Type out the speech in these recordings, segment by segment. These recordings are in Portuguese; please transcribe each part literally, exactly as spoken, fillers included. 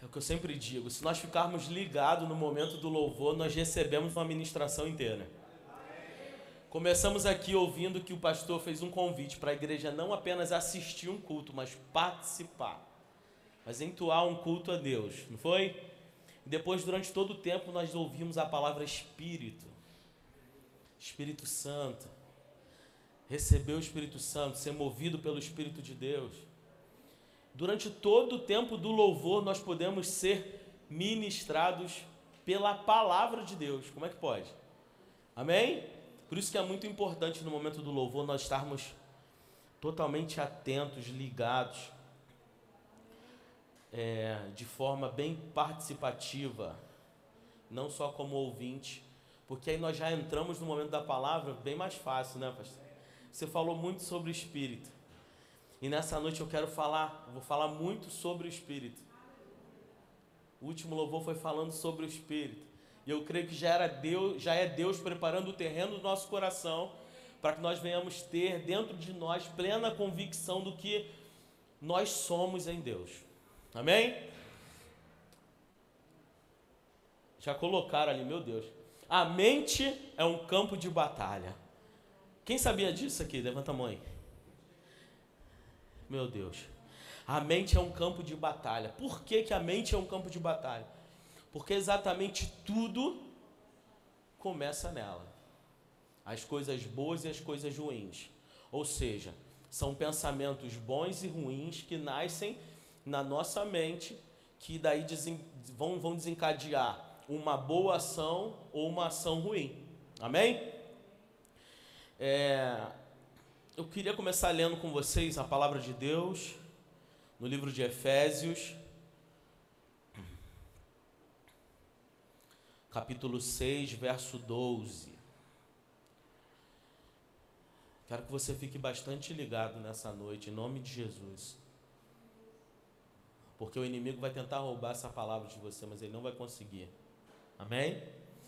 o que eu sempre digo, se nós ficarmos ligados no momento do louvor, nós recebemos uma ministração inteira. Começamos aqui ouvindo que o pastor fez um convite para a igreja não apenas assistir um culto, mas participar, mas entoar um culto a Deus, não foi? E depois, durante todo o tempo, nós ouvimos a palavra Espírito, Espírito Santo, receber o Espírito Santo, ser movido pelo Espírito de Deus. Durante todo o tempo do louvor, nós podemos ser ministrados pela palavra de Deus. Como é que pode? Amém? Por isso que é muito importante no momento do louvor nós estarmos totalmente atentos, ligados, é, de forma bem participativa, não só como ouvinte, porque aí nós já entramos no momento da palavra bem mais fácil, né, pastor? Você falou muito sobre o Espírito. E nessa noite eu quero falar, vou falar muito sobre o Espírito. O último louvor foi falando sobre o Espírito. E eu creio que já, era Deus, já é Deus preparando o terreno do nosso coração para que nós venhamos ter dentro de nós plena convicção do que nós somos em Deus. Amém? Já colocaram ali, meu Deus. A mente é um campo de batalha. Quem sabia disso aqui? Levanta a mão aí. Meu Deus, a mente é um campo de batalha. Por que que a mente é um campo de batalha? Porque exatamente tudo começa nela. As coisas boas e as coisas ruins. Ou seja, são pensamentos bons e ruins que nascem na nossa mente, que daí desen... vão, vão desencadear uma boa ação ou uma ação ruim. Amém? É... Eu queria começar lendo com vocês a palavra de Deus, no livro de Efésios, capítulo seis, verso doze. Quero que você fique bastante ligado nessa noite, em nome de Jesus. Porque o inimigo vai tentar roubar essa palavra de você, mas ele não vai conseguir. Amém?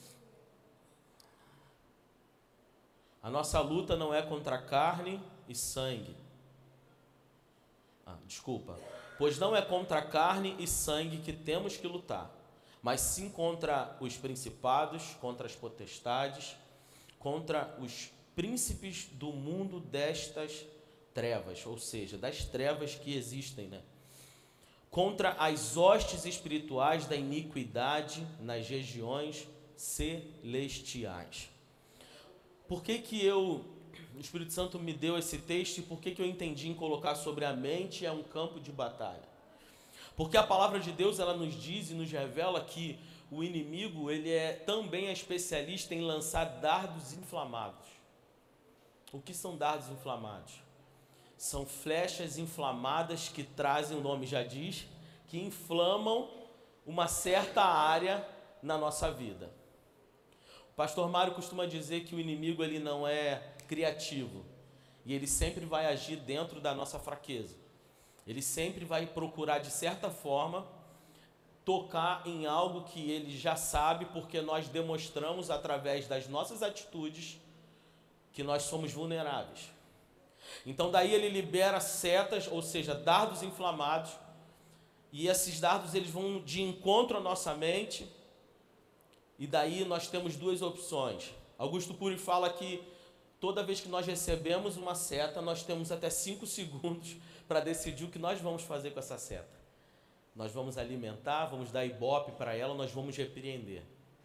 A nossa luta não é contra carne e sangue. Ah, desculpa. Pois não é contra carne e sangue que temos que lutar, mas sim contra os principados, contra as potestades, contra os príncipes do mundo destas trevas, ou seja, das trevas que existem, né? Contra as hostes espirituais da iniquidade nas regiões celestiais. Por que que eu, o Espírito Santo me deu esse texto e por que que eu entendi em colocar sobre a mente é um campo de batalha? Porque a palavra de Deus, ela nos diz e nos revela que o inimigo, ele é também é especialista em lançar dardos inflamados. O que são dardos inflamados? São flechas inflamadas que trazem, o nome já diz, que inflamam uma certa área na nossa vida. O pastor Mário costuma dizer que o inimigo ele não é criativo e ele sempre vai agir dentro da nossa fraqueza. Ele sempre vai procurar, de certa forma, tocar em algo que ele já sabe, porque nós demonstramos através das nossas atitudes que nós somos vulneráveis. Então daí ele libera setas, ou seja, dardos inflamados, e esses dardos eles vão de encontro à nossa mente. E daí nós temos duas opções. Augusto Cury fala que toda vez que nós recebemos uma seta, nós temos até cinco segundos para decidir o que nós vamos fazer com essa seta. Nós vamos alimentar, vamos dar ibope para ela, nós vamos repreender.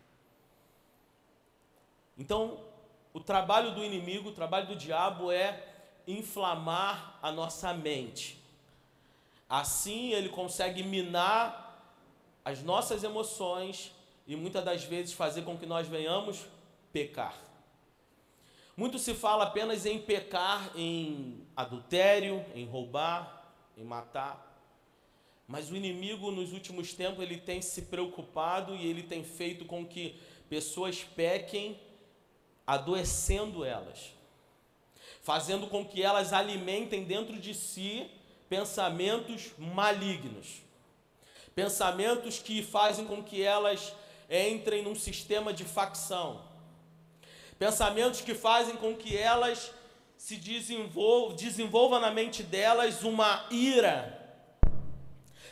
Então, o trabalho do inimigo, o trabalho do diabo é inflamar a nossa mente. Assim, ele consegue minar as nossas emoções e muitas das vezes fazer com que nós venhamos pecar. Muito se fala apenas em pecar, em adultério, em roubar, em matar. Mas o inimigo, nos últimos tempos, ele tem se preocupado e ele tem feito com que pessoas pequem, adoecendo elas, fazendo com que elas alimentem dentro de si pensamentos malignos, pensamentos que fazem com que elas entrem num sistema de facção, pensamentos que fazem com que elas se desenvolvam, desenvolvam na mente delas uma ira,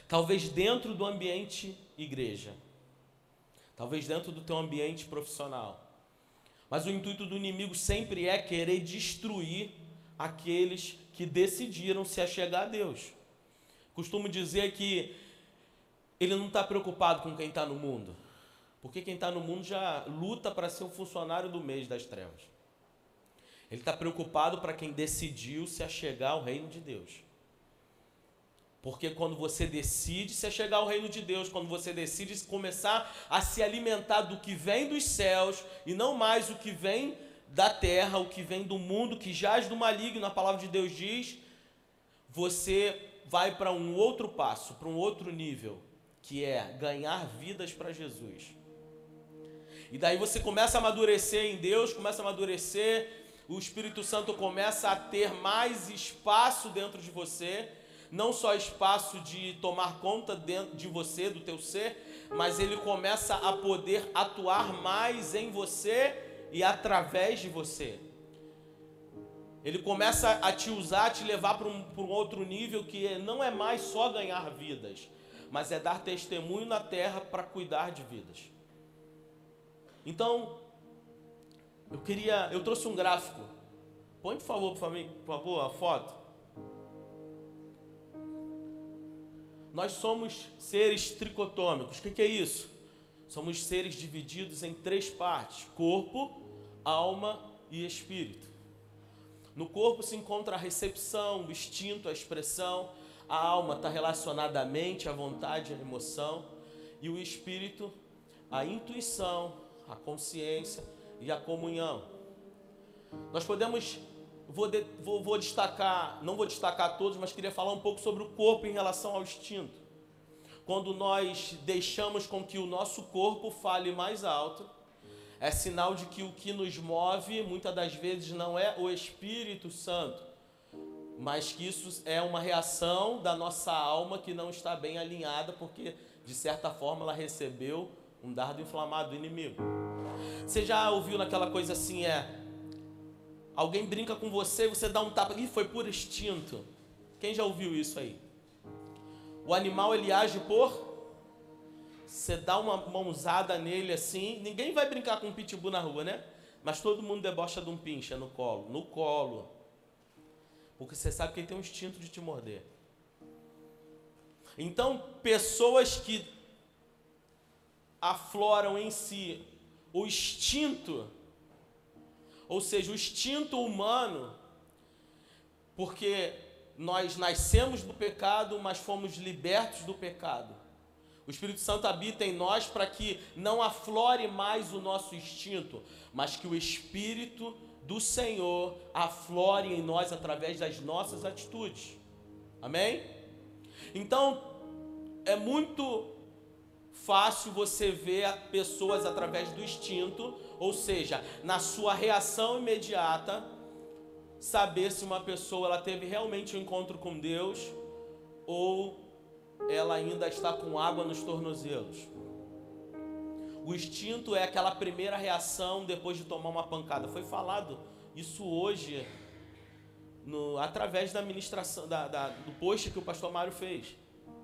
Talvez dentro do ambiente igreja. Talvez dentro do teu ambiente profissional. Mas o intuito do inimigo sempre é querer destruir aqueles que decidiram se achegar a Deus. Costumo dizer que ele não está preocupado com quem está no mundo. Porque quem está no mundo já luta para ser o funcionário do mês das trevas. Ele está preocupado para quem decidiu se achegar ao reino de Deus. Porque quando você decide se achegar ao reino de Deus, quando você decide começar a se alimentar do que vem dos céus e não mais o que vem da terra, o que vem do mundo, que jaz do maligno, a palavra de Deus diz, você vai para um outro passo, para um outro nível, que é ganhar vidas para Jesus. E daí você começa a amadurecer em Deus, começa a amadurecer, o Espírito Santo começa a ter mais espaço dentro de você, não só espaço de tomar conta dentro de você, do teu ser, mas ele começa a poder atuar mais em você e através de você. Ele começa a te usar, a te levar para um, para um outro nível que não é mais só ganhar vidas, mas é dar testemunho na terra para cuidar de vidas. Então, eu queria, eu trouxe um gráfico. Põe, por favor, por favor, a foto. Nós somos seres tricotômicos. O que, que é isso? Somos seres divididos em três partes: corpo, alma e espírito. No corpo se encontra a recepção, o instinto, a expressão. A alma está relacionada à mente, à vontade, à emoção. E o espírito, a intuição, a consciência e a comunhão. Nós podemos, vou, de, vou, vou destacar, não vou destacar todos, mas queria falar um pouco sobre o corpo em relação ao instinto. Quando nós deixamos com que o nosso corpo fale mais alto, é sinal de que o que nos move, muitas das vezes, não é o Espírito Santo, mas que isso é uma reação da nossa alma que não está bem alinhada, porque, de certa forma, ela recebeu um dardo inflamado do inimigo. Você já ouviu naquela coisa assim, é... alguém brinca com você, você dá um tapa, e foi por instinto. Quem já ouviu isso aí? O animal, ele age por... Você dá uma mãozada nele assim, ninguém vai brincar com um pitbull na rua, né? Mas todo mundo debocha de um pincha no colo, no colo. Porque você sabe que ele tem um instinto de te morder. Então, pessoas que afloram em si o instinto, ou seja, o instinto humano, porque nós nascemos do pecado, mas fomos libertos do pecado. O Espírito Santo habita em nós para que não aflore mais o nosso instinto, mas que o Espírito do Senhor aflore em nós através das nossas atitudes. Amém? Então, é muito fácil você ver pessoas através do instinto, ou seja, na sua reação imediata, saber se uma pessoa ela teve realmente um encontro com Deus ou ela ainda está com água nos tornozelos. O instinto é aquela primeira reação depois de tomar uma pancada. Foi falado isso hoje no, através da ministração, da, da, do post que o pastor Mário fez.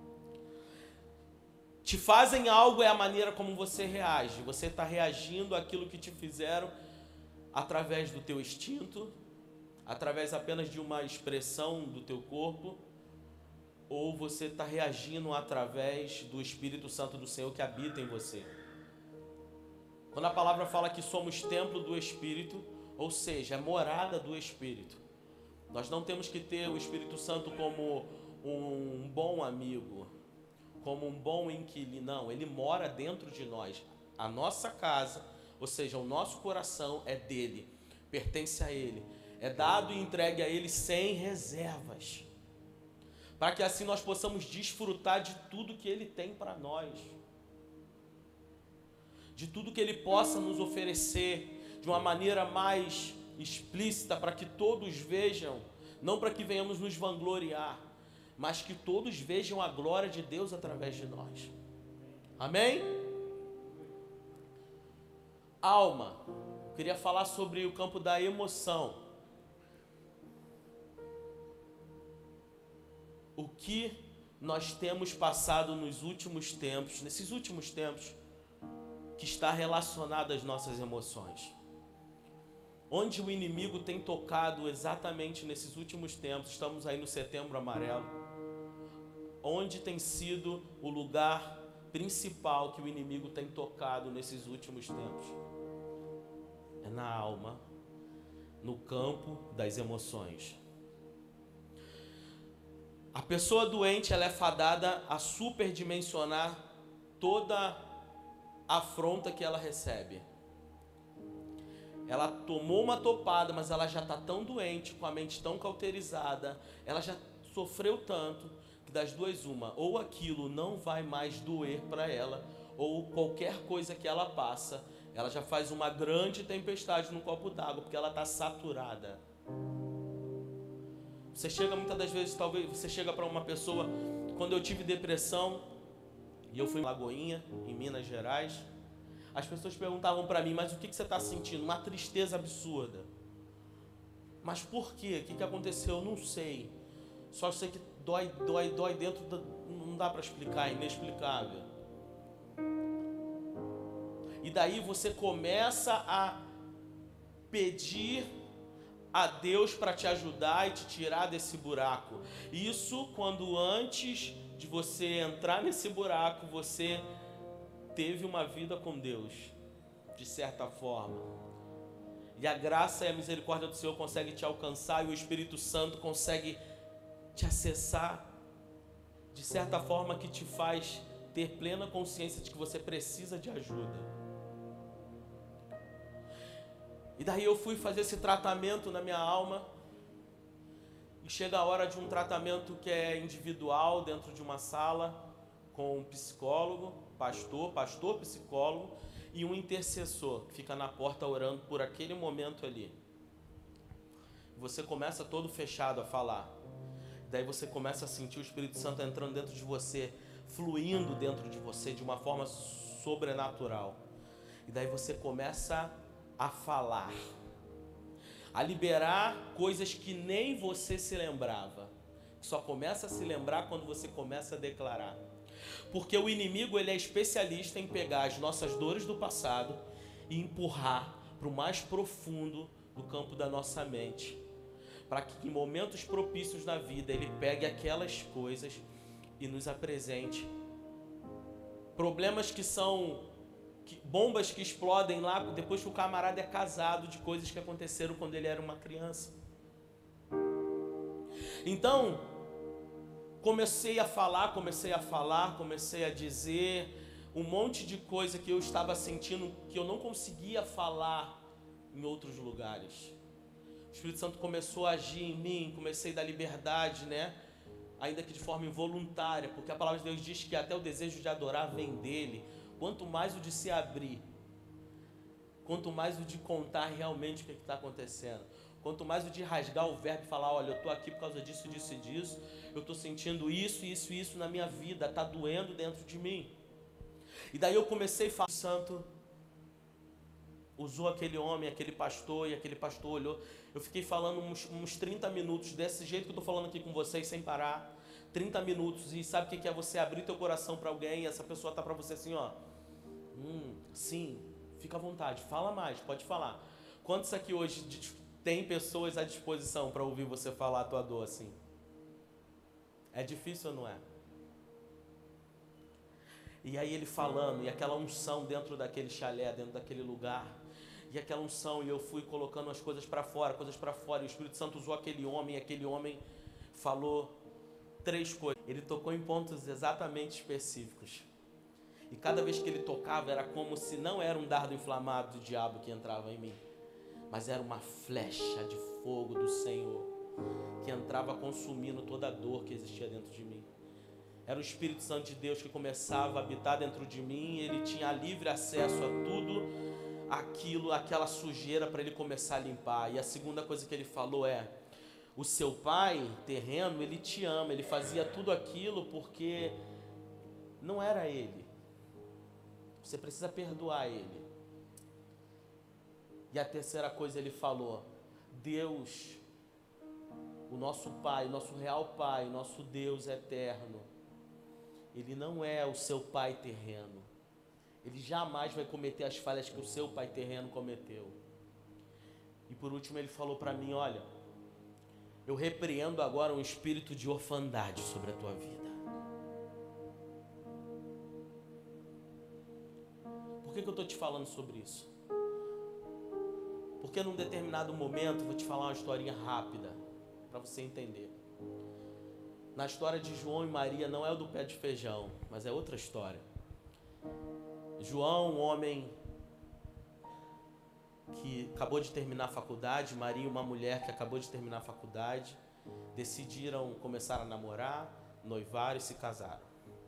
Te fazem algo é a maneira como você reage. Você está reagindo àquilo que te fizeram através do teu instinto, através apenas de uma expressão do teu corpo, ou você está reagindo através do Espírito Santo do Senhor que habita em você. Quando a palavra fala que somos templo do Espírito, ou seja, é morada do Espírito, nós não temos que ter o Espírito Santo como um bom amigo, como um bom inquilino. Não, ele mora dentro de nós. A nossa casa, ou seja, o nosso coração é dele, pertence a ele, é dado e entregue a ele sem reservas, para que assim nós possamos desfrutar de tudo que ele tem para nós, de tudo que ele possa nos oferecer de uma maneira mais explícita, para que todos vejam, não para que venhamos nos vangloriar, mas que todos vejam a glória de Deus através de nós. Amém? Alma. Eu queria falar sobre o campo da emoção. O que nós temos passado nos últimos tempos, nesses últimos tempos, que está relacionado às nossas emoções. Onde o inimigo tem tocado exatamente nesses últimos tempos, estamos aí no Setembro Amarelo, onde tem sido o lugar principal que o inimigo tem tocado nesses últimos tempos? É na alma, no campo das emoções. A pessoa doente, ela é fadada a superdimensionar toda a afronta que ela recebe. Ela tomou uma topada, mas ela já está tão doente, com a mente tão cauterizada, ela já sofreu tanto, que das duas uma, ou aquilo não vai mais doer para ela, ou qualquer coisa que ela passa, ela já faz uma grande tempestade num copo d'água, porque ela está saturada. Você chega muitas das vezes, talvez você chega para uma pessoa, quando eu tive depressão, e eu fui em Lagoinha, em Minas Gerais, as pessoas perguntavam para mim, mas o que, que você está sentindo? Uma tristeza absurda. Mas por quê? O que, que aconteceu? Eu não sei. Só sei que dói, dói, dói dentro, da, não dá para explicar, é inexplicável. E daí você começa a pedir a Deus para te ajudar e te tirar desse buraco. Isso quando antes de você entrar nesse buraco, você teve uma vida com Deus, de certa forma. E a graça e a misericórdia do Senhor conseguem te alcançar, e o Espírito Santo consegue te acessar, de certa forma que te faz ter plena consciência de que você precisa de ajuda. E daí eu fui fazer esse tratamento na minha alma, e chega a hora de um tratamento que é individual, dentro de uma sala, com um psicólogo, pastor, pastor psicólogo, e um intercessor, que fica na porta orando por aquele momento ali. Você começa todo fechado a falar, daí você começa a sentir o Espírito Santo entrando dentro de você, fluindo dentro de você de uma forma sobrenatural. E daí você começa a falar, a liberar coisas que nem você se lembrava, que só começa a se lembrar quando você começa a declarar. Porque o inimigo, ele é especialista em pegar as nossas dores do passado e empurrar para o mais profundo do campo da nossa mente, para que em momentos propícios na vida ele pegue aquelas coisas e nos apresente problemas que são que, bombas que explodem lá depois que o camarada é casado, de coisas que aconteceram quando ele era uma criança. Então comecei a falar, comecei a falar, comecei a dizer um monte de coisa que eu estava sentindo que eu não conseguia falar em outros lugares. O Espírito Santo começou a agir em mim, comecei a dar liberdade, né? Ainda que de forma involuntária, porque a palavra de Deus diz que até o desejo de adorar vem dele. Quanto mais o de se abrir, quanto mais o de contar realmente o que está acontecendo, quanto mais o de rasgar o verbo e falar, olha, eu estou aqui por causa disso, disso e disso, eu estou sentindo isso, isso e isso na minha vida, está doendo dentro de mim. E daí eu comecei a falar, o Santo usou aquele homem, aquele pastor, e aquele pastor olhou. Eu fiquei falando uns, uns trinta minutos, desse jeito que eu estou falando aqui com vocês, sem parar, trinta minutos, e sabe o que é você abrir teu coração para alguém, e essa pessoa está para você assim, ó, hum, sim, fica à vontade, fala mais, pode falar. Quantos aqui hoje tem pessoas à disposição para ouvir você falar a tua dor assim? É difícil ou não é? E aí ele falando, e aquela unção dentro daquele chalé, dentro daquele lugar, e aquela unção, e eu fui colocando as coisas para fora, coisas para fora, e o Espírito Santo usou aquele homem, e aquele homem falou três coisas. Ele tocou em pontos exatamente específicos. E cada vez que ele tocava, era como se não era um dardo inflamado do diabo que entrava em mim, mas era uma flecha de fogo do Senhor, que entrava consumindo toda a dor que existia dentro de mim. Era o Espírito Santo de Deus que começava a habitar dentro de mim, e ele tinha livre acesso a tudo aquilo, aquela sujeira, para ele começar a limpar. E a segunda coisa que ele falou é, o seu pai terreno, ele te ama, ele fazia tudo aquilo porque não era ele. Você precisa perdoar ele. E a terceira coisa ele falou, Deus, o nosso Pai, o nosso real Pai, o nosso Deus eterno, ele não é o seu pai terreno. Ele jamais vai cometer as falhas que o seu pai terreno cometeu. E por último ele falou para mim, olha, eu repreendo agora um espírito de orfandade sobre a tua vida. Por que que eu estou te falando sobre isso? Porque num determinado momento, vou te falar uma historinha rápida, para você entender. Na história de João e Maria, não é o do pé de feijão, mas é outra história. João, um homem que acabou de terminar a faculdade, Maria, uma mulher que acabou de terminar a faculdade, decidiram começar a namorar, noivar e se casaram.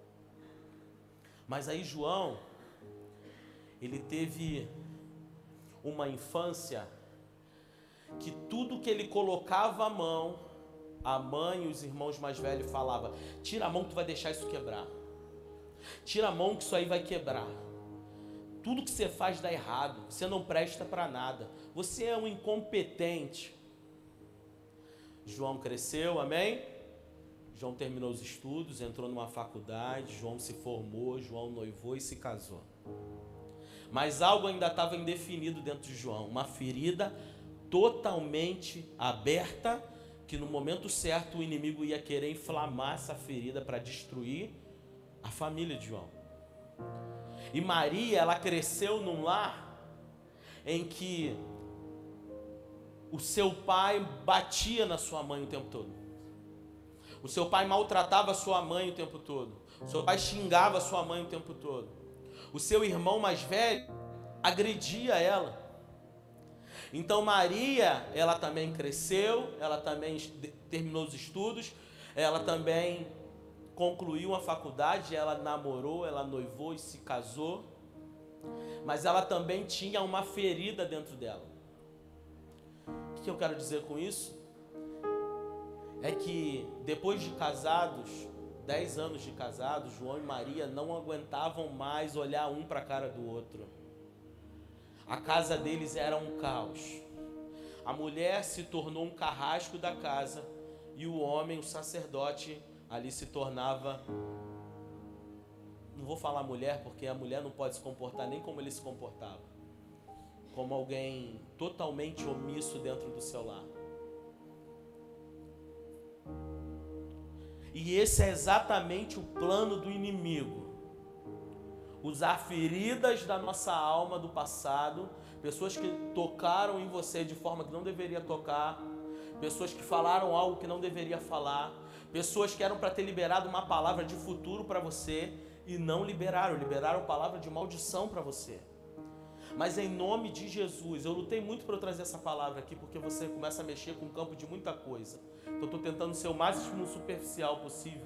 Mas aí João, ele teve uma infância que tudo que ele colocava a mão, a mãe e os irmãos mais velhos falavam, tira a mão que tu vai deixar isso quebrar. Tira a mão que isso aí vai quebrar. Tudo que você faz dá errado, você não presta para nada, você é um incompetente. João cresceu, amém? João terminou os estudos, entrou numa faculdade, João se formou, João noivou e se casou. Mas algo ainda estava indefinido dentro de João, uma ferida totalmente aberta, que no momento certo o inimigo ia querer inflamar essa ferida para destruir a família de João. E Maria, ela cresceu num lar em que o seu pai batia na sua mãe o tempo todo. O seu pai maltratava a sua mãe o tempo todo. O seu pai xingava a sua mãe o tempo todo. O seu irmão mais velho agredia ela. Então Maria, ela também cresceu, ela também terminou os estudos, ela também concluiu a faculdade, ela namorou, ela noivou e se casou, mas ela também tinha uma ferida dentro dela. O que eu quero dizer com isso? É que depois de casados, dez anos de casados, João e Maria não aguentavam mais olhar um para a cara do outro. A casa deles era um caos. A mulher se tornou um carrasco da casa e o homem, o sacerdote, ali se tornava, não vou falar mulher, porque a mulher não pode se comportar nem como ele se comportava, como alguém totalmente omisso dentro do seu lar. E esse é exatamente o plano do inimigo. Usar feridas da nossa alma do passado, pessoas que tocaram em você de forma que não deveria tocar, pessoas que falaram algo que não deveria falar, pessoas que eram para ter liberado uma palavra de futuro para você e não liberaram, liberaram palavra de maldição para você. Mas em nome de Jesus, eu lutei muito para eu trazer essa palavra aqui, porque você começa a mexer com o campo de muita coisa. Então eu estou tentando ser o máximo superficial possível.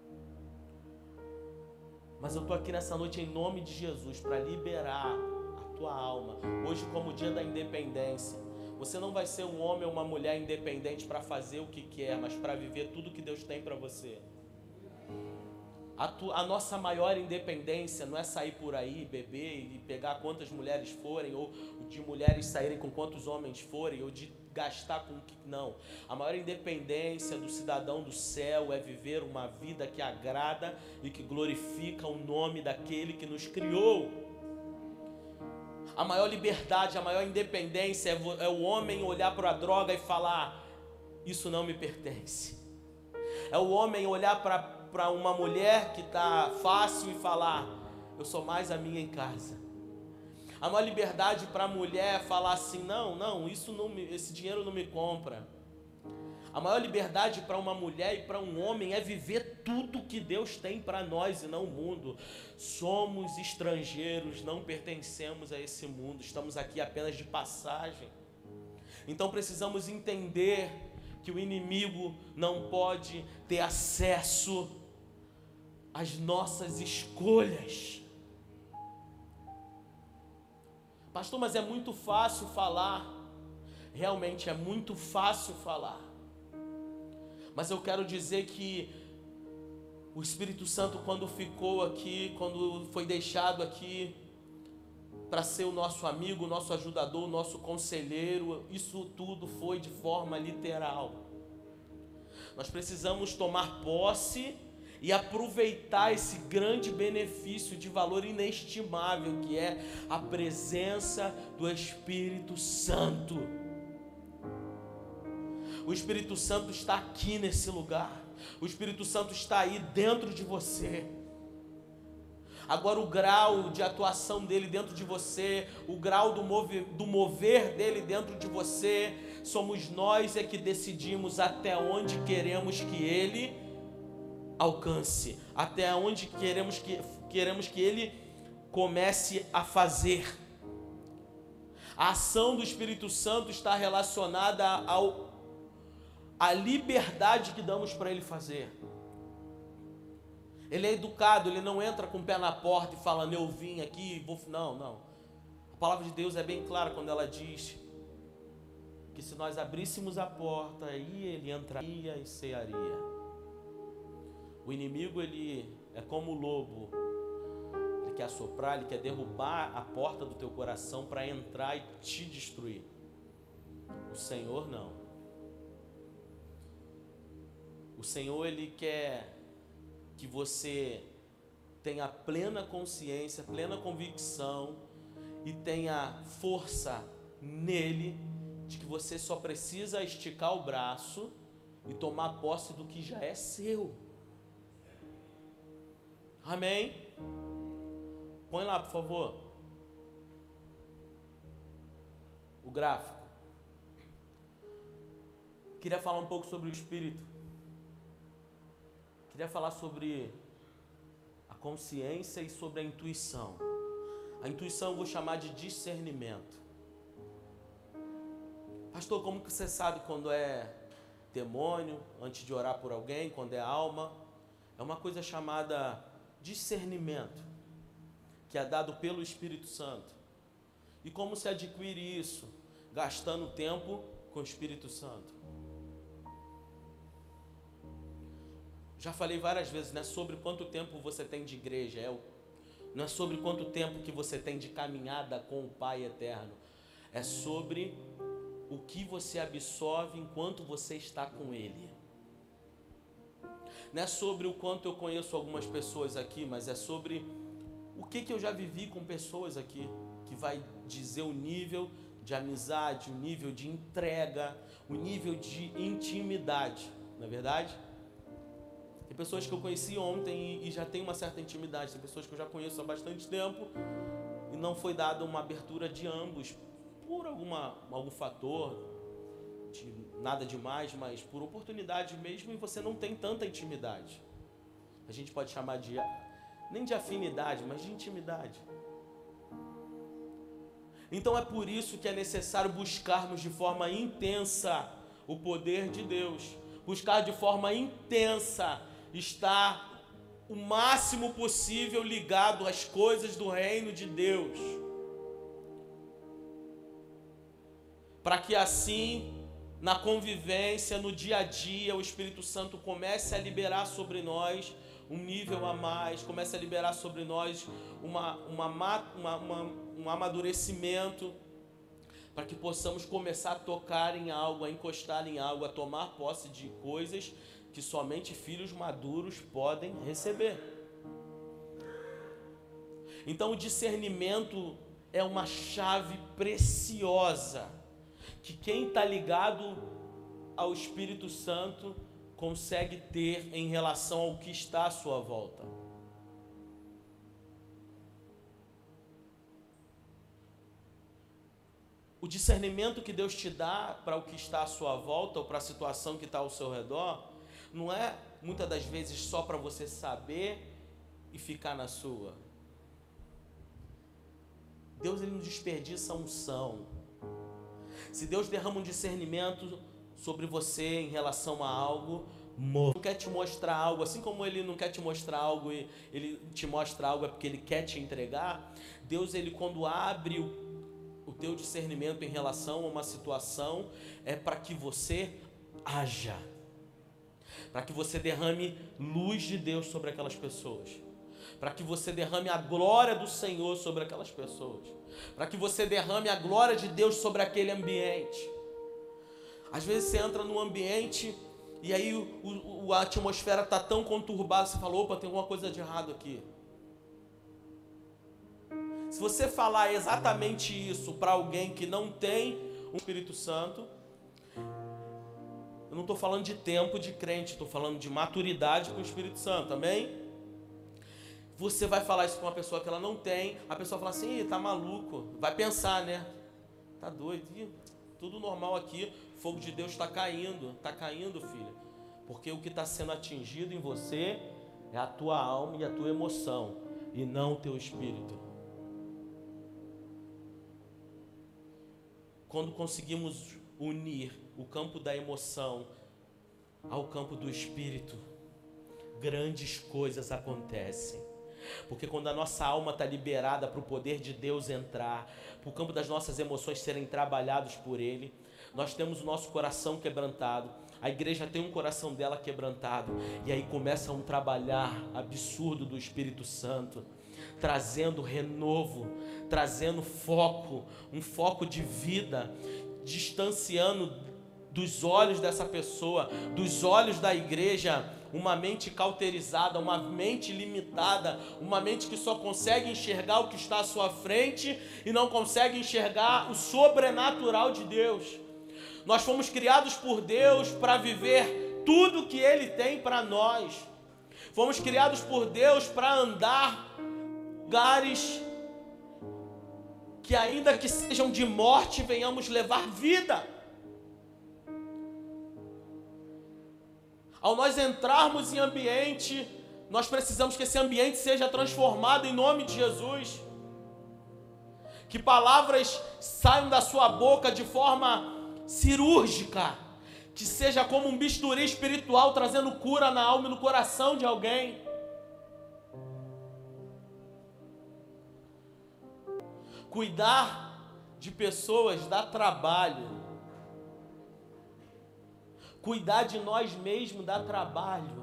Mas eu estou aqui nessa noite em nome de Jesus para liberar a tua alma. Hoje, como o dia da independência, você não vai ser um homem ou uma mulher independente para fazer o que quer, mas para viver tudo que Deus tem para você. A, tu, a nossa maior independência não é sair por aí, beber e pegar quantas mulheres forem, ou de mulheres saírem com quantos homens forem, ou de gastar com o que não. A maior independência do cidadão do céu é viver uma vida que agrada e que glorifica o nome daquele que nos criou. A maior liberdade, a maior independência é, é o homem olhar para a droga e falar, isso não me pertence. É o homem olhar para para uma mulher que está fácil e falar, eu sou mais a minha em casa. A maior liberdade para a mulher é falar assim, não, não, isso não me, esse dinheiro não me compra. A maior liberdade para uma mulher e para um homem é viver tudo que Deus tem para nós e não o mundo. Somos estrangeiros, não pertencemos a esse mundo, estamos aqui apenas de passagem. Então precisamos entender que o inimigo não pode ter acesso às nossas escolhas. Pastor, mas é muito fácil falar. Realmente é muito fácil falar. Mas eu quero dizer que o Espírito Santo, quando ficou aqui, quando foi deixado aqui para ser o nosso amigo, o nosso ajudador, o nosso conselheiro, isso tudo foi de forma literal. Nós precisamos tomar posse e aproveitar esse grande benefício de valor inestimável que é a presença do Espírito Santo. O Espírito Santo está aqui nesse lugar. O Espírito Santo está aí dentro de você. Agora o grau de atuação dele dentro de você, o grau do mover, do mover dele dentro de você, somos nós é que decidimos até onde queremos que ele alcance, até onde queremos que, queremos que ele comece a fazer. A ação do Espírito Santo está relacionada ao a liberdade que damos para ele fazer. Ele é educado, ele não entra com o pé na porta e falando, eu vim aqui, vou... Não, não. A palavra de Deus é bem clara quando ela diz que se nós abríssemos a porta, aí ele entraria e cearia. O inimigo, ele é como o lobo. Ele quer assoprar, ele quer derrubar a porta do teu coração para entrar e te destruir. O Senhor não. O Senhor, ele quer que você tenha plena consciência, plena convicção e tenha força nele de que você só precisa esticar o braço e tomar posse do que já é seu. Amém? Põe lá, por favor, o gráfico. Queria falar um pouco sobre o Espírito. Queria falar sobre a consciência e sobre a intuição. A intuição eu vou chamar de discernimento. Pastor, como que você sabe quando é demônio, antes de orar por alguém, quando é alma? É uma coisa chamada discernimento, que é dado pelo Espírito Santo. E como se adquire isso? Gastando tempo com o Espírito Santo. Já falei várias vezes, não é sobre quanto tempo você tem de igreja, é o, não é sobre quanto tempo que você tem de caminhada com o Pai Eterno. É sobre o que você absorve enquanto você está com Ele. Não é sobre o quanto eu conheço algumas pessoas aqui, mas é sobre o que, que eu já vivi com pessoas aqui, que vai dizer o nível de amizade, o nível de entrega, o nível de intimidade, não é verdade? Tem pessoas que eu conheci ontem e já tem uma certa intimidade. Tem pessoas que eu já conheço há bastante tempo e não foi dada uma abertura de ambos por alguma, algum fator, de nada demais, mas por oportunidade mesmo, e você não tem tanta intimidade. A gente pode chamar de, nem de afinidade, mas de intimidade. Então é por isso que é necessário buscarmos de forma intensa o poder de Deus. Buscar de forma intensa estar o máximo possível ligado às coisas do reino de Deus, para que assim, na convivência, no dia a dia, o Espírito Santo comece a liberar sobre nós um nível a mais, comece a liberar sobre nós uma, uma, uma, uma, um amadurecimento, para que possamos começar a tocar em algo, a encostar em algo, a tomar posse de coisas que somente filhos maduros podem receber. Então o discernimento é uma chave preciosa, que quem está ligado ao Espírito Santo consegue ter em relação ao que está à sua volta. O discernimento que Deus te dá para o que está à sua volta ou para a situação que está ao seu redor, não é muitas das vezes só para você saber e ficar na sua. Deus, ele não desperdiça unção. Se Deus derrama um discernimento sobre você em relação a algo, não quer te mostrar algo, assim como ele não quer te mostrar algo e ele te mostra algo é porque ele quer te entregar. Deus, ele quando abre o, o teu discernimento em relação a uma situação, é para que você haja, para que você derrame luz de Deus sobre aquelas pessoas, para que você derrame a glória do Senhor sobre aquelas pessoas, para que você derrame a glória de Deus sobre aquele ambiente. Às vezes você entra num ambiente E aí o, o, a atmosfera está tão conturbada, você fala, opa, tem alguma coisa de errado aqui. Se você falar exatamente isso para alguém que não tem o Espírito Santo, eu não estou falando de tempo de crente, estou falando de maturidade com o Espírito Santo, amém? Você vai falar isso com uma pessoa que ela não tem, a pessoa fala assim, tá maluco, vai pensar, né? Tá doido, Ih, tudo normal aqui, o fogo de Deus está caindo, está caindo, filha, porque o que está sendo atingido em você é a tua alma e a tua emoção, e não o teu espírito. Quando conseguimos unir o campo da emoção ao campo do espírito, grandes coisas acontecem. Porque quando a nossa alma está liberada para o poder de Deus entrar, para o campo das nossas emoções serem trabalhados por Ele, nós temos o nosso coração quebrantado, a igreja tem um coração dela quebrantado, e aí começa um trabalhar absurdo do Espírito Santo, trazendo renovo, trazendo foco, um foco de vida, distanciando dos olhos dessa pessoa, dos olhos da igreja, uma mente cauterizada, uma mente limitada, uma mente que só consegue enxergar o que está à sua frente e não consegue enxergar o sobrenatural de Deus. Nós fomos criados por Deus para viver tudo que Ele tem para nós. Fomos criados por Deus para andar em lugares que, ainda que sejam de morte, venhamos levar vida. Ao nós entrarmos em ambiente, nós precisamos que esse ambiente seja transformado em nome de Jesus. Que palavras saiam da sua boca de forma cirúrgica, que seja como um bisturi espiritual trazendo cura na alma e no coração de alguém. Cuidar de pessoas dá trabalho. Cuidar de nós mesmos dá trabalho.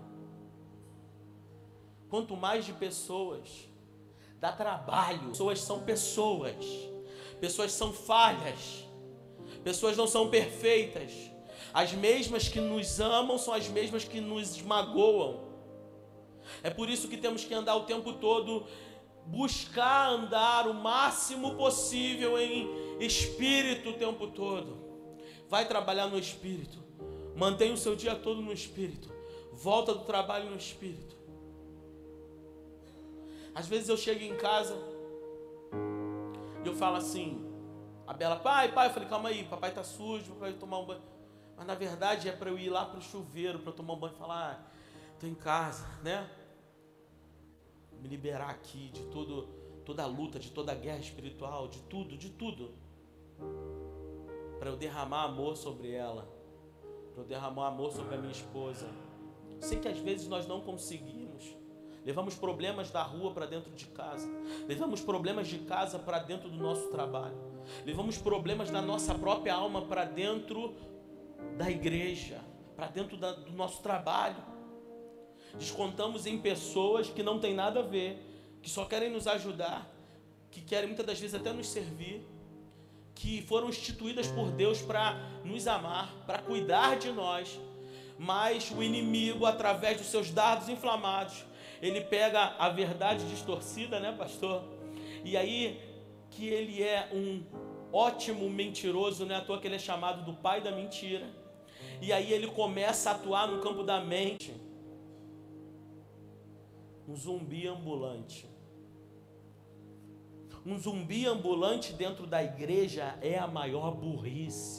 Quanto mais de pessoas, dá trabalho. Pessoas são pessoas. Pessoas são falhas. Pessoas não são perfeitas. As mesmas que nos amam são as mesmas que nos magoam. É por isso que temos que andar o tempo todo, buscar andar o máximo possível em espírito o tempo todo. Vai trabalhar no espírito. Mantenha o seu dia todo no espírito. Volta do trabalho no espírito. Às vezes eu chego em casa e eu falo assim, a Bela, pai, pai, eu falei, calma aí, papai tá sujo, papai vai tomar um banho. Mas na verdade é para eu ir lá pro chuveiro, para eu tomar um banho e falar, ah, tô em casa, né? Me liberar aqui de todo, toda a luta, de toda a guerra espiritual, de tudo, de tudo. Para eu derramar amor sobre ela. Para eu derramar amor sobre a minha esposa. Sei que às vezes nós não conseguimos. Levamos problemas da rua para dentro de casa. Levamos problemas de casa para dentro do nosso trabalho. Levamos problemas da nossa própria alma para dentro da igreja, para dentro da, do nosso trabalho. Descontamos em pessoas que não tem nada a ver, que só querem nos ajudar, que querem muitas das vezes até nos servir, que foram instituídas por Deus para nos amar, para cuidar de nós, mas o inimigo, através dos seus dardos inflamados, ele pega a verdade distorcida, né, pastor? E aí, que ele é um ótimo mentiroso, né, à toa que ele é chamado do pai da mentira, e aí ele começa a atuar no campo da mente, um zumbi ambulante. Um zumbi ambulante dentro da igreja é a maior burrice.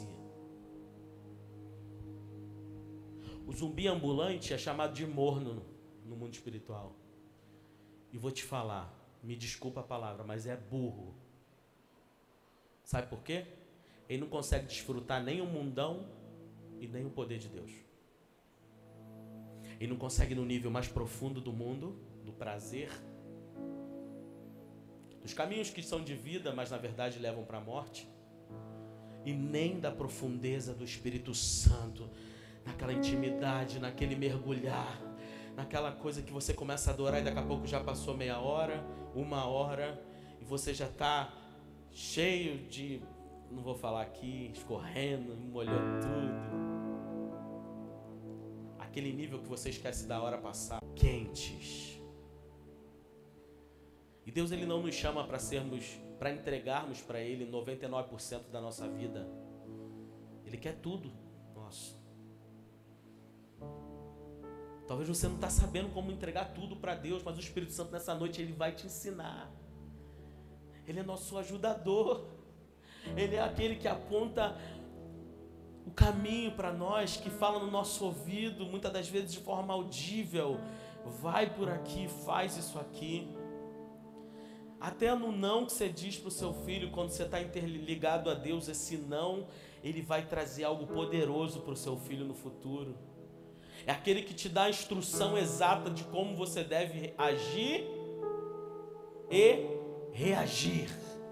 O zumbi ambulante é chamado de morno no mundo espiritual. E vou te falar, me desculpa a palavra, mas é burro. Sabe por quê? Ele não consegue desfrutar nem o mundão e nem o poder de Deus. Ele não consegue ir no nível mais profundo do mundo, do prazer, dos caminhos que são de vida, mas na verdade levam para a morte, e nem da profundeza do Espírito Santo, naquela intimidade, naquele mergulhar, naquela coisa que você começa a adorar e daqui a pouco já passou meia hora, uma hora, e você já está cheio de, não vou falar aqui, escorrendo, molhou tudo. aquele nível que você esquece da hora passar, quentes. E Deus, Ele não nos chama para sermos, para entregarmos para Ele noventa e nove por cento da nossa vida. Ele quer tudo nosso. Talvez você não está sabendo como entregar tudo para Deus, mas o Espírito Santo nessa noite Ele vai te ensinar. Ele é nosso ajudador. Ele é aquele que aponta o caminho para nós, que fala no nosso ouvido, muitas das vezes de forma audível. Vai por aqui, faz isso aqui. Até no não que você diz para o seu filho, quando você está interligado a Deus, esse não, ele vai trazer algo poderoso para o seu filho no futuro. É aquele que te dá a instrução exata de como você deve agir e reagir.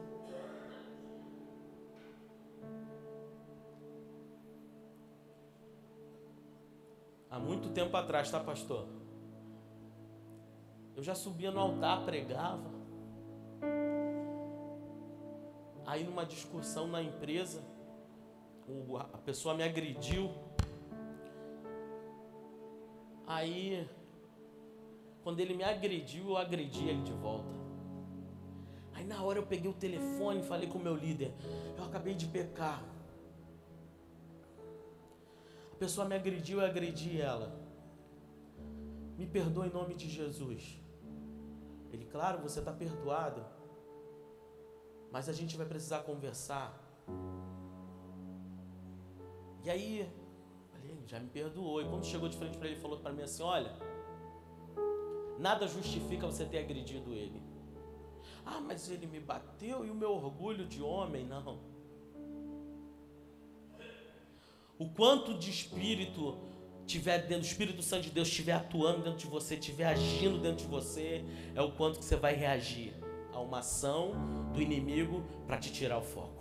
Há muito tempo atrás, tá, pastor? Eu já subia no altar, pregava. Aí numa discussão na empresa, a pessoa me agrediu. Aí, quando ele me agrediu, eu agredi ele de volta. Aí na hora eu peguei o telefone e falei com o meu líder: eu acabei de pecar. A pessoa me agrediu, eu agredi ela. Me perdoa em nome de Jesus. Ele: claro, você está perdoado, mas a gente vai precisar conversar. E aí, falei, já me perdoou. E quando chegou de frente para ele, falou para mim assim: olha, nada justifica você ter agredido ele. Ah, mas ele me bateu e o meu orgulho de homem, não. O quanto de espírito tiver dentro, o Espírito Santo de Deus estiver atuando dentro de você, estiver agindo dentro de você, é o quanto que você vai reagir a uma ação do inimigo para te tirar o foco.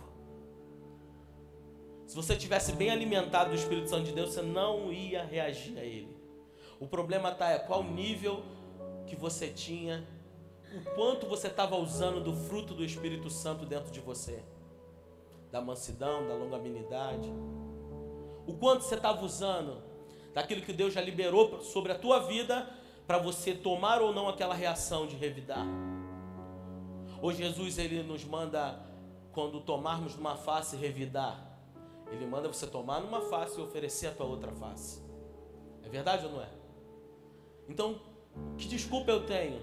Se você tivesse bem alimentado do Espírito Santo de Deus, você não ia reagir a ele. O problema está é qual nível que você tinha, o quanto você estava usando do fruto do Espírito Santo dentro de você, da mansidão, da longanimidade. O quanto você estava usando daquilo que Deus já liberou sobre a tua vida para você tomar ou não aquela reação de revidar. Hoje Jesus, ele nos manda, quando tomarmos numa face, revidar. Ele manda você tomar numa face e oferecer a tua outra face. É verdade ou não é? Então, que desculpa eu tenho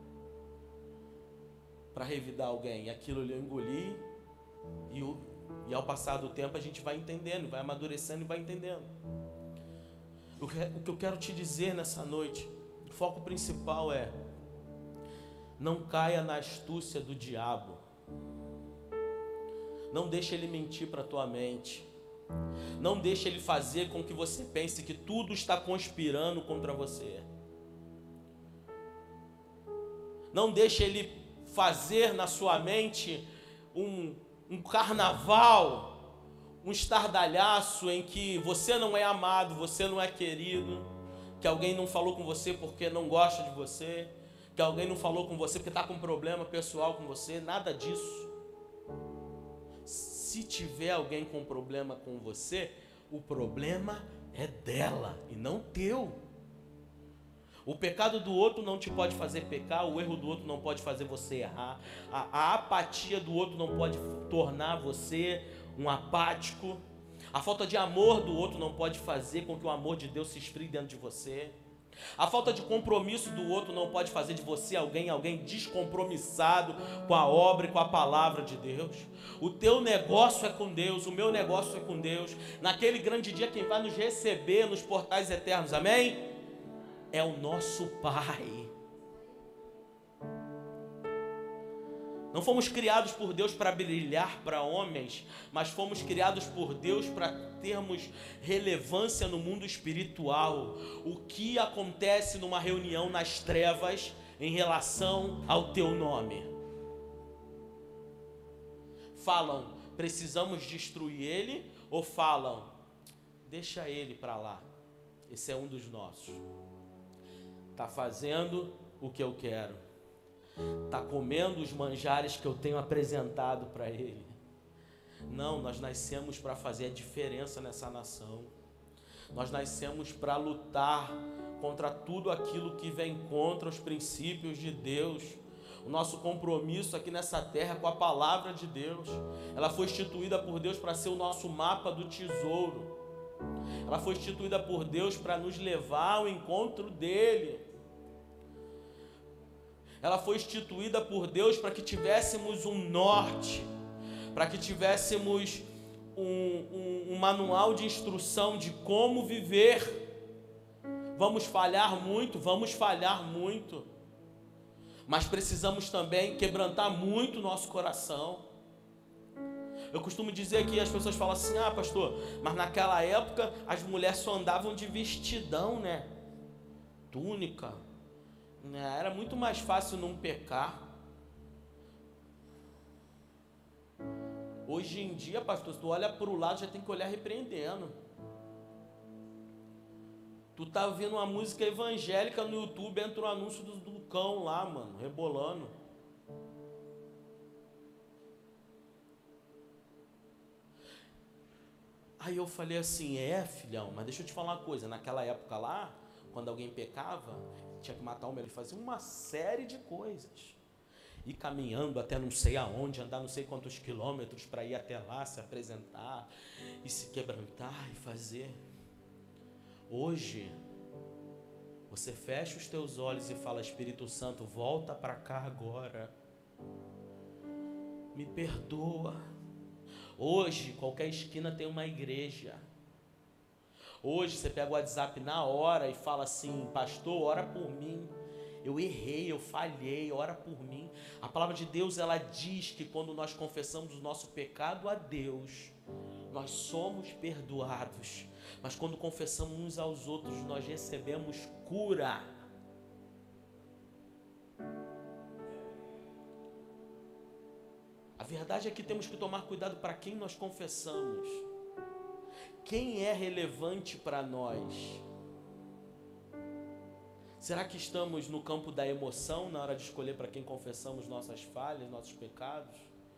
para revidar alguém? Aquilo eu engoli e, o, e ao passar do tempo a gente vai entendendo, vai amadurecendo e vai entendendo. O que, o que eu quero te dizer nessa noite, o foco principal é: não caia na astúcia do diabo. Não deixe ele mentir para a tua mente. Não deixe ele fazer com que você pense que tudo está conspirando contra você. Não deixe ele fazer na sua mente um, um carnaval, um estardalhaço em que você não é amado, você não é querido, que alguém não falou com você porque não gosta de você, que alguém não falou com você porque está com um problema pessoal com você. Nada disso. Se tiver alguém com problema com você, o problema é dela e não teu. O pecado do outro não te pode fazer pecar, o erro do outro não pode fazer você errar, a, a apatia do outro não pode tornar você um apático, a falta de amor do outro não pode fazer com que o amor de Deus se esfrie dentro de você. A falta de compromisso do outro não pode fazer de você alguém, alguém descompromissado com a obra e com a palavra de Deus. O teu negócio é com Deus, o meu negócio é com Deus. Naquele grande dia quem vai nos receber nos portais eternos, amém? É o nosso Pai. Não fomos criados por Deus para brilhar para homens, mas fomos criados por Deus para termos relevância no mundo espiritual. O que acontece numa reunião nas trevas em relação ao teu nome? Falam, precisamos destruir ele, ou falam, deixa ele para lá, esse é um dos nossos. Está fazendo o que eu quero. Está comendo os manjares que eu tenho apresentado para ele. Não, nós nascemos para fazer a diferença nessa nação. Nós nascemos para lutar contra tudo aquilo que vem contra os princípios de Deus. O nosso compromisso aqui nessa terra é com a palavra de Deus. Ela foi instituída por Deus para ser o nosso mapa do tesouro. Ela foi instituída por Deus para nos levar ao encontro dele. Ela foi instituída por Deus para que tivéssemos um norte, para que tivéssemos um, um, um manual de instrução de como viver. Vamos falhar muito, vamos falhar muito, mas precisamos também quebrantar muito o nosso coração. Eu costumo dizer que as pessoas falam assim: ah, pastor, mas naquela época as mulheres só andavam de vestidão, né? Túnica. Era muito mais fácil não pecar. Hoje em dia, pastor, se tu olha para o lado, já tem que olhar repreendendo. Tu tá ouvindo uma música evangélica no YouTube, entra o anúncio do, do cão lá, mano, rebolando. Aí eu falei assim: é, filhão, mas deixa eu te falar uma coisa. Naquela época lá, quando alguém pecava, tinha que matar o melhor. Ele fazia uma série de coisas. Ir caminhando até não sei aonde, andar não sei quantos quilômetros para ir até lá, se apresentar e se quebrantar e fazer. Hoje, você fecha os teus olhos e fala: Espírito Santo, volta para cá agora. Me perdoa. Hoje, qualquer esquina tem uma igreja. Hoje, você pega o WhatsApp na hora e fala assim: pastor, ora por mim. Eu errei, eu falhei, ora por mim. A palavra de Deus, ela diz que quando nós confessamos o nosso pecado a Deus, nós somos perdoados. Mas quando confessamos uns aos outros, nós recebemos cura. A verdade é que temos que tomar cuidado para quem nós confessamos. Quem é relevante para nós? Será que estamos no campo da emoção na hora de escolher para quem confessamos nossas falhas, nossos pecados?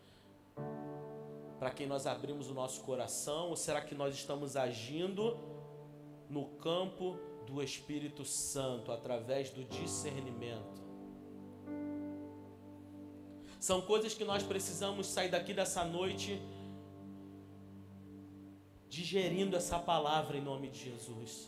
Para quem nós abrimos o nosso coração? Ou será que nós estamos agindo no campo do Espírito Santo, através do discernimento? São coisas que nós precisamos sair daqui dessa noite digerindo essa palavra em nome de Jesus.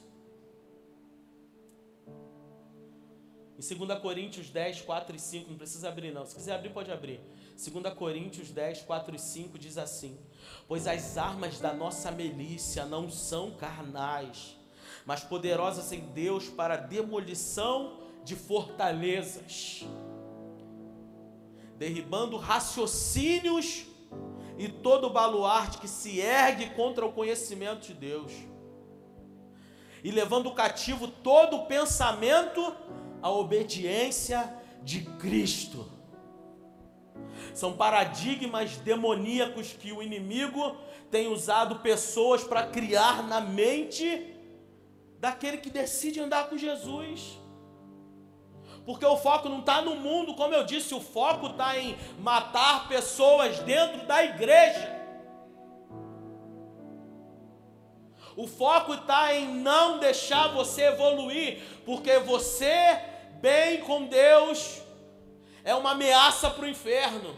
Em segunda Coríntios dez, quatro e cinco, não precisa abrir não, se quiser abrir pode abrir. segunda Coríntios dez, quatro e cinco diz assim: pois as armas da nossa milícia não são carnais, mas poderosas em Deus para a demolição de fortalezas, derribando raciocínios e todo baluarte que se ergue contra o conhecimento de Deus, e levando cativo todo o pensamento à obediência de Cristo. São paradigmas demoníacos que o inimigo tem usado pessoas para criar na mente daquele que decide andar com Jesus. Porque o foco não está no mundo, como eu disse, o foco está em matar pessoas dentro da igreja. O foco está em não deixar você evoluir, porque você, bem com Deus, é uma ameaça para o inferno.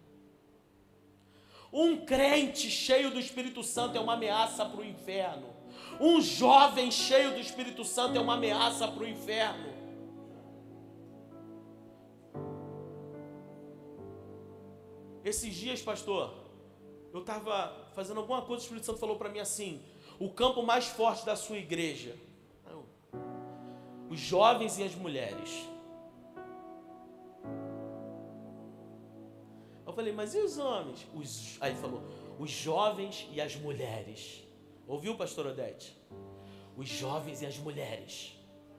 Um crente cheio do Espírito Santo é uma ameaça para o inferno. Um jovem cheio do Espírito Santo é uma ameaça para o inferno. Esses dias, pastor, eu estava fazendo alguma coisa, o Espírito Santo falou para mim assim: o campo mais forte da sua igreja, os jovens e as mulheres. Eu falei: mas e os homens? Os, aí ele falou: os jovens e as mulheres. Ouviu, pastor Odete? Os jovens e as mulheres.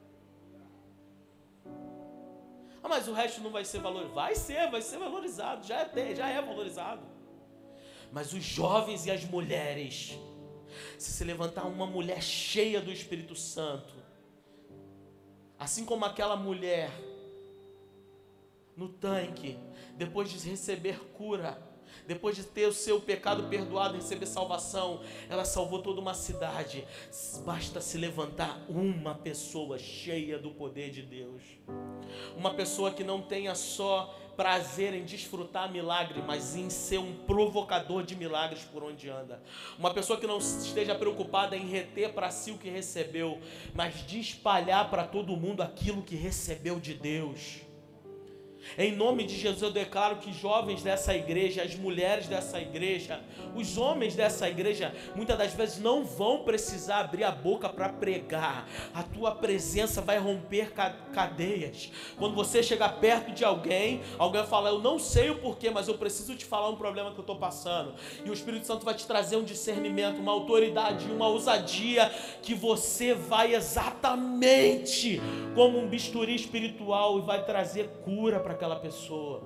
Ah, mas o resto não vai ser valorizado. Vai ser, vai ser valorizado, já é, já é valorizado. Mas os jovens e as mulheres, se se levantar uma mulher cheia do Espírito Santo, assim como aquela mulher no tanque, depois de receber cura, Depois de ter o seu pecado perdoado e receber salvação, ela salvou toda uma cidade. Basta se levantar uma pessoa cheia do poder de Deus. Uma pessoa que não tenha só prazer em desfrutar milagre, mas em ser um provocador de milagres por onde anda. Uma pessoa que não esteja preocupada em reter para si o que recebeu, mas de espalhar para todo mundo aquilo que recebeu de Deus. Em nome de Jesus eu declaro que jovens dessa igreja, as mulheres dessa igreja, os homens dessa igreja, muitas das vezes não vão precisar abrir a boca para pregar. A tua presença vai romper cadeias. Quando você chegar perto de alguém, alguém fala, eu não sei o porquê, mas eu preciso te falar um problema que eu estou passando. E o Espírito Santo vai te trazer um discernimento, uma autoridade, uma ousadia, que você vai exatamente como um bisturi espiritual e vai trazer cura para aquela pessoa.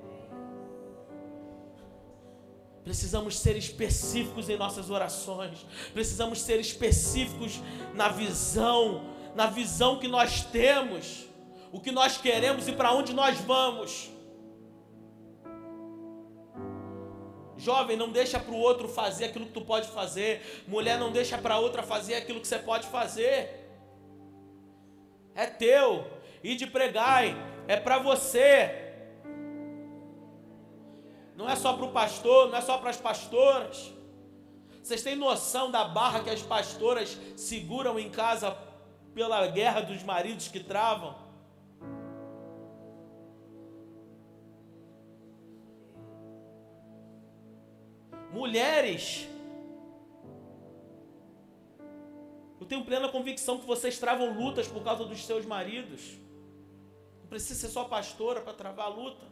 Precisamos ser específicos em nossas orações. Precisamos ser específicos na visão, na visão que nós temos, o que nós queremos e para onde nós vamos. Jovem, não deixa para o outro fazer aquilo que tu pode fazer. Mulher, não deixa para outra fazer aquilo que você pode fazer. É teu. Ide pregai. É para você. Não é só para o pastor, não é só para as pastoras. Vocês têm noção da barra que as pastoras seguram em casa pela guerra dos maridos que travam? Mulheres, eu tenho plena convicção que vocês travam lutas por causa dos seus maridos. Não precisa ser só pastora para travar a luta.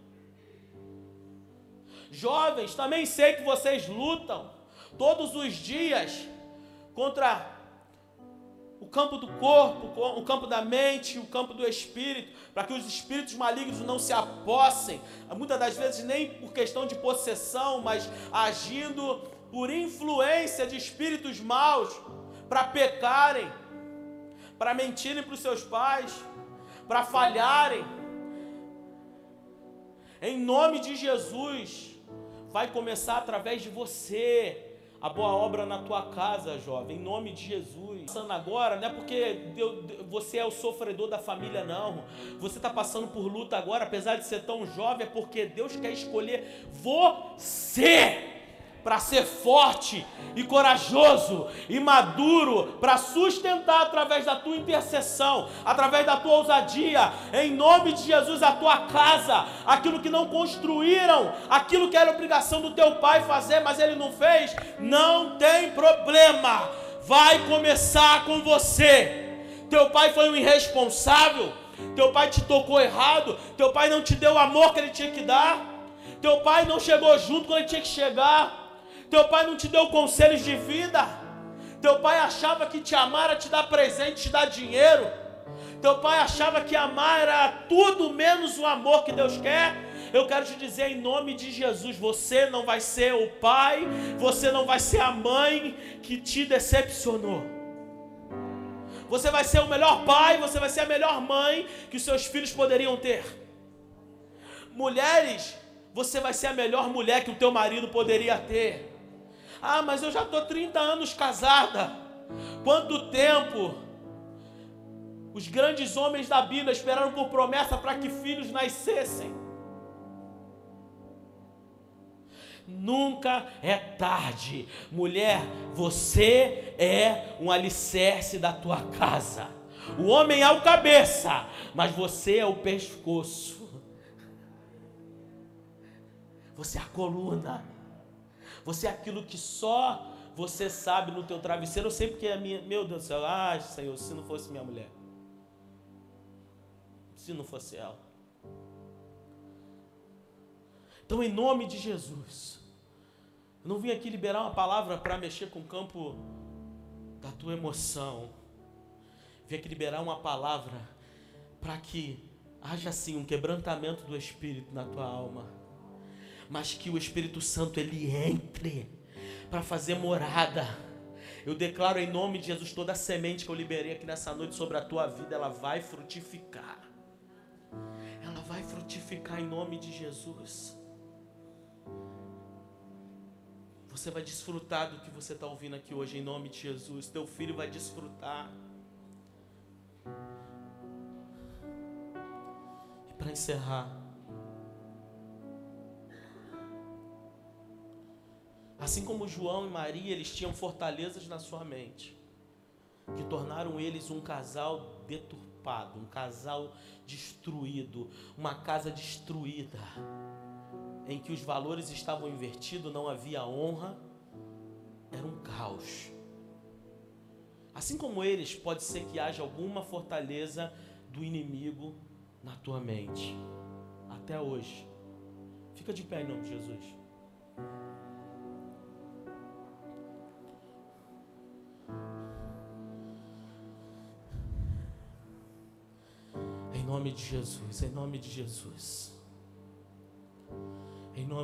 Jovens, também sei que vocês lutam todos os dias contra o campo do corpo, o campo da mente, o campo do espírito, para que os espíritos malignos não se apossem, muitas das vezes nem por questão de possessão, mas agindo por influência de espíritos maus, para pecarem, para mentirem para os seus pais, para falharem. Em nome de Jesus, vai começar através de você a boa obra na tua casa, jovem, em nome de Jesus. Passando agora, não é porque Deus, você é o sofredor da família, não. Você está passando por luta agora, apesar de ser tão jovem, é porque Deus quer escolher você para ser forte e corajoso e maduro, para sustentar através da tua intercessão, através da tua ousadia, em nome de Jesus, a tua casa, aquilo que não construíram, aquilo que era obrigação do teu pai fazer, mas ele não fez, não tem problema, vai começar com você. Teu pai foi um irresponsável, teu pai te tocou errado, teu pai não te deu o amor que ele tinha que dar, teu pai não chegou junto quando ele tinha que chegar, teu pai não te deu conselhos de vida, teu pai achava que te amar era te dar presente, te dar dinheiro, teu pai achava que amar era tudo menos o amor que Deus quer. Eu quero te dizer em nome de Jesus, você não vai ser o pai, você não vai ser a mãe que te decepcionou. Você vai ser o melhor pai, você vai ser a melhor mãe que os seus filhos poderiam ter. Mulheres, você vai ser a melhor mulher que o teu marido poderia ter. Ah, mas eu já estou trinta anos casada. Quanto tempo os grandes homens da Bíblia esperaram por promessa para que filhos nascessem? Nunca é tarde. Mulher, você é um alicerce da tua casa. O homem é o cabeça, mas você é o pescoço. Você é a coluna. Você é aquilo que só você sabe no teu travesseiro. Eu sei porque é minha... Meu Deus do céu. Ah, Senhor, se não fosse minha mulher. Se não fosse ela. Então, em nome de Jesus, eu não vim aqui liberar uma palavra para mexer com o campo da tua emoção. Vim aqui liberar uma palavra para que haja assim um quebrantamento do Espírito na tua alma. Mas que o Espírito Santo ele entre para fazer morada. Eu declaro em nome de Jesus, toda a semente que eu liberei aqui nessa noite sobre a tua vida, ela vai frutificar. Ela vai frutificar em nome de Jesus. você vai desfrutar do que você está ouvindo aqui hoje, em nome de Jesus. Teu filho vai desfrutar. E para encerrar, assim como João e Maria, eles tinham fortalezas na sua mente, que tornaram eles um casal deturpado, um casal destruído, uma casa destruída, em que os valores estavam invertidos, não havia honra, era um caos. Assim como eles, pode ser que haja alguma fortaleza do inimigo na tua mente, até hoje. Fica de pé em nome de Jesus. Em nome de Jesus, em nome de Jesus.